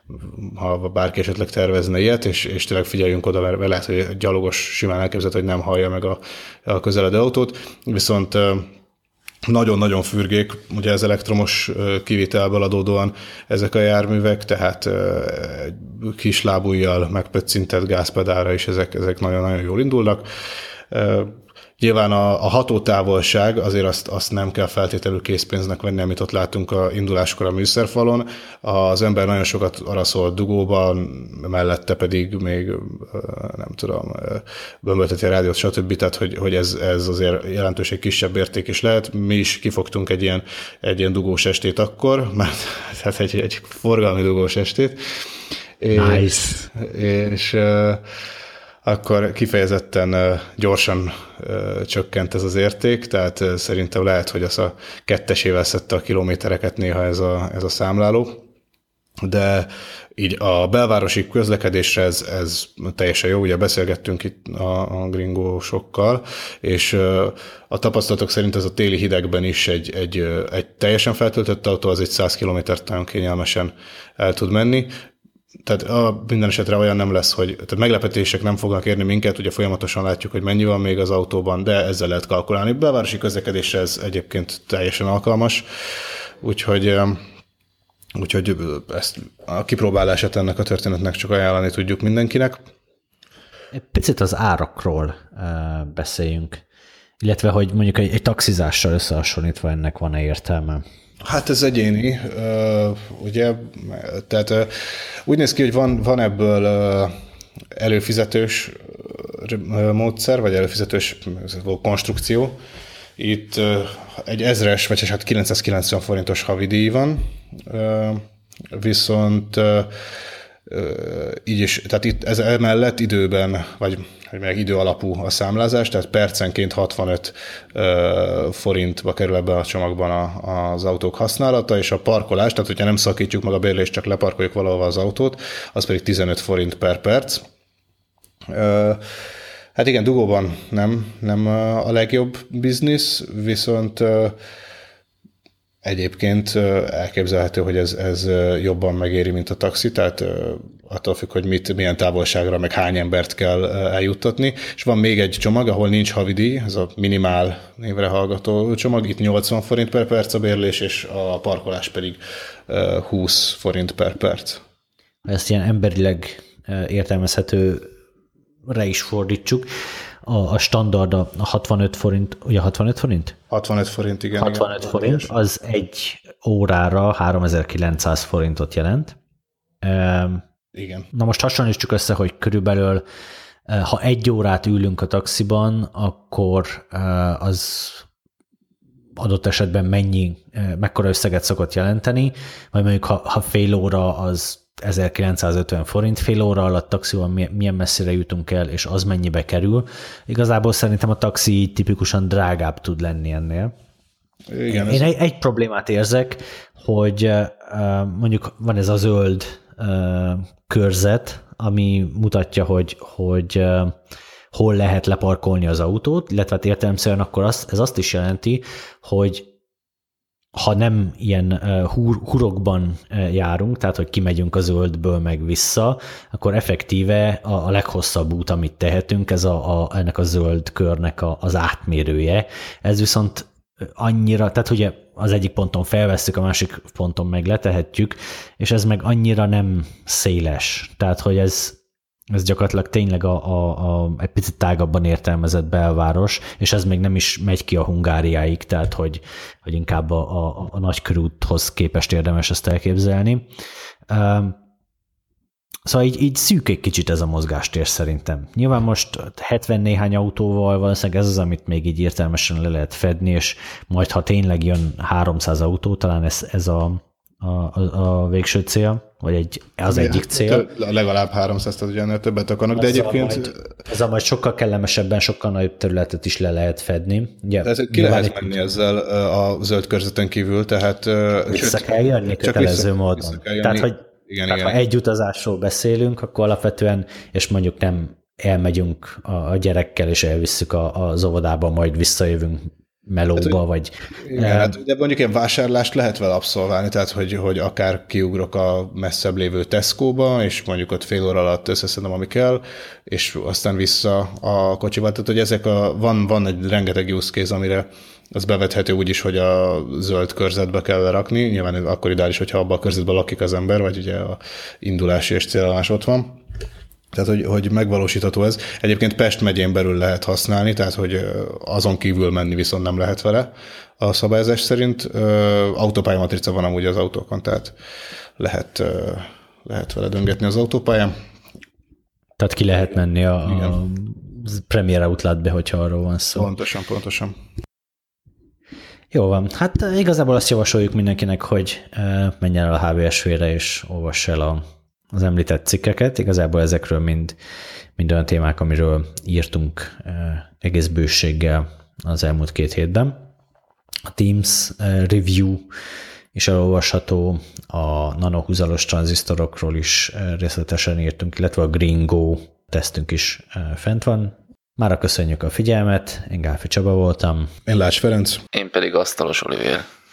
ha bárki esetleg tervezne ilyet, és, és tényleg figyeljünk oda, mert lehet, hogy a gyalogos simán elképzelhető, hogy nem hallja meg a, a közeledő autót, viszont nagyon-nagyon fürgék, ugye ez elektromos kivitelből adódóan ezek a járművek, tehát kis lábujjal megpöccintett gázpedálra is ezek, ezek nagyon-nagyon jól indulnak. Nyilván a, a hatótávolság, azért azt, azt nem kell feltétlenül készpénznek venni, amit ott látunk a induláskor a műszerfalon. Az ember nagyon sokat araszol dugóban, mellette pedig még, nem tudom, bömbölteti a rádiót, stb. Tehát, hogy, hogy ez, ez azért jelentős egy kisebb érték is lehet. Mi is kifogtunk egy ilyen, egy ilyen dugós estét akkor, mert tehát egy, egy forgalmi dugós estét. Nice. És, és akkor kifejezetten gyorsan csökkent ez az érték, tehát szerintem lehet, hogy az a kettesével szedte a kilométereket néha ez a, ez a számláló, de így a belvárosi közlekedésre ez, ez teljesen jó, ugye beszélgettünk itt a, a gringósokkal, és a tapasztalatok szerint ez a téli hidegben is egy, egy, egy teljesen feltöltött autó, az egy száz kilométert nagyon kényelmesen el tud menni. Tehát a, minden esetre olyan nem lesz, hogy tehát meglepetések nem fognak érni minket, ugye folyamatosan látjuk, hogy mennyi van még az autóban, de ezzel lehet kalkulálni. Belvárosi közlekedésre ez egyébként teljesen alkalmas, úgyhogy, úgyhogy ezt a kipróbálását ennek a történetnek csak ajánlani tudjuk mindenkinek. Egy picit az árakról uh, beszéljünk, illetve hogy mondjuk egy, egy taxizással összehasonlítva ennek van-e értelme? Hát ez egyéni, ugye, tehát úgy néz ki, hogy van, van ebből előfizetős módszer, vagy előfizetős konstrukció. Itt egy ezres, vagy hát kilencszázkilencven forintos havidíj van, viszont így is, tehát itt ez emellett időben, vagy meg idő alapú a számlázás, tehát percenként hatvanöt forintba kerül ebben a csomagban a, az autók használata, és a parkolás, tehát hogyha nem szakítjuk meg a bérlést, csak leparkoljuk valahova az autót, az pedig tizenöt forint per perc. Hát igen, dugóban nem, nem a legjobb biznisz, viszont egyébként elképzelhető, hogy ez, ez jobban megéri, mint a taxi, tehát attól függ, hogy mit, milyen távolságra, meg hány embert kell eljuttatni. És van még egy csomag, ahol nincs havidíj, ez a minimál névre hallgató csomag, itt nyolcvan forint per perc a bérlés, és a parkolás pedig húsz forint per perc. Ezt ilyen emberileg értelmezhetőre is fordítsuk. A, a standard a hatvanöt forint, ugye hatvanöt forint? hatvanöt forint, igen. hatvanöt igen, forint, az egy órára háromezer-kilencszáz forintot jelent. Igen. Na most hasonlítsuk össze, hogy körülbelül ha egy órát ülünk a taxiban, akkor az adott esetben mennyi, mekkora összeget szokott jelenteni, vagy mondjuk ha, ha fél óra az ezerkilencszázötven forint, fél óra alatt taxival milyen messzire jutunk el, és az mennyibe kerül. Igazából szerintem a taxi tipikusan drágább tud lenni ennél. Igen, Én ez... egy, egy problémát érzek, hogy mondjuk van ez a zöld körzet, ami mutatja, hogy, hogy hol lehet leparkolni az autót, illetve hát értelemszerűen akkor az, ez azt is jelenti, hogy ha nem ilyen hur, hurokban járunk, tehát hogy kimegyünk a zöldből meg vissza, akkor effektíve a, a leghosszabb út, amit tehetünk, ez a, a, ennek a zöld körnek a, az átmérője. Ez viszont annyira, tehát ugye az egyik ponton felvesszük, a másik ponton meg letehetjük, és ez meg annyira nem széles. Tehát, hogy ez, ez gyakorlatilag tényleg a, a, a, egy picit tágabban értelmezett belváros, és ez még nem is megy ki a Hungáriáig, tehát hogy, hogy inkább a, a, a nagykörúthoz képest érdemes ezt elképzelni. Szóval így, így szűk egy kicsit ez a mozgástér szerintem. Nyilván most hetven néhány autóval valószínűleg ez az, amit még így értelmesen le lehet fedni, és majd ha tényleg jön háromszáz autó, talán ez, ez a, a, a végső cél, vagy egy, az egyik cél. Legalább háromszáz, tehát ugye többet akarnak, de egyébként... Majd, ez a majd sokkal kellemesebben, sokkal nagyobb területet is le lehet fedni. Ugye, de ki lehet egy... menni ezzel a zöld körzeten kívül, tehát... Vissza kell jönni kötelező módon. Tehát, hogy Igen, Tehát igen. ha egy utazásról beszélünk, akkor alapvetően, és mondjuk nem elmegyünk a gyerekkel, és elvisszük a, az óvodába, majd visszajövünk melóba, hát, vagy... Igen, uh, hát, de mondjuk ilyen vásárlást lehet vele abszolválni, tehát hogy, hogy akár kiugrok a messzebb lévő Tesco-ba, és mondjuk ott fél óra alatt összeszedem, ami kell, és aztán vissza a kocsival. Tehát, hogy ezek a... Van, van egy rengeteg use case, amire az bevethető úgy is, hogy a zöld körzetbe kell rakni. Nyilván ez akkor ideális, hogyha abban a körzetben lakik az ember, vagy ugye a indulási és célállomás ott van. Tehát, hogy, hogy megvalósítható ez. Egyébként Pest megyén belül lehet használni, tehát, hogy azon kívül menni viszont nem lehet vele a szabályozás szerint. Autópályamatrica van amúgy az autókon, tehát lehet, lehet vele döngetni az autópályán. Tehát ki lehet menni a, a Premier Outletbe, hogyha arról van szó. Pontosan, pontosan. Jó van. Hát igazából azt javasoljuk mindenkinek, hogy menjen el a há bé es vé-re és olvass el a, az említett cikkeket. Igazából ezekről mind, mind olyan témák, amiről írtunk egész bőséggel az elmúlt két hétben. A Teams review is elolvasható, a nanohúzalos tranzisztorokról is részletesen írtunk, illetve a Green Go tesztünk is fent van. Mára köszönjük a figyelmet, én Gálfi Csaba voltam. Én Lács Ferenc. Én pedig Asztalos Olivér.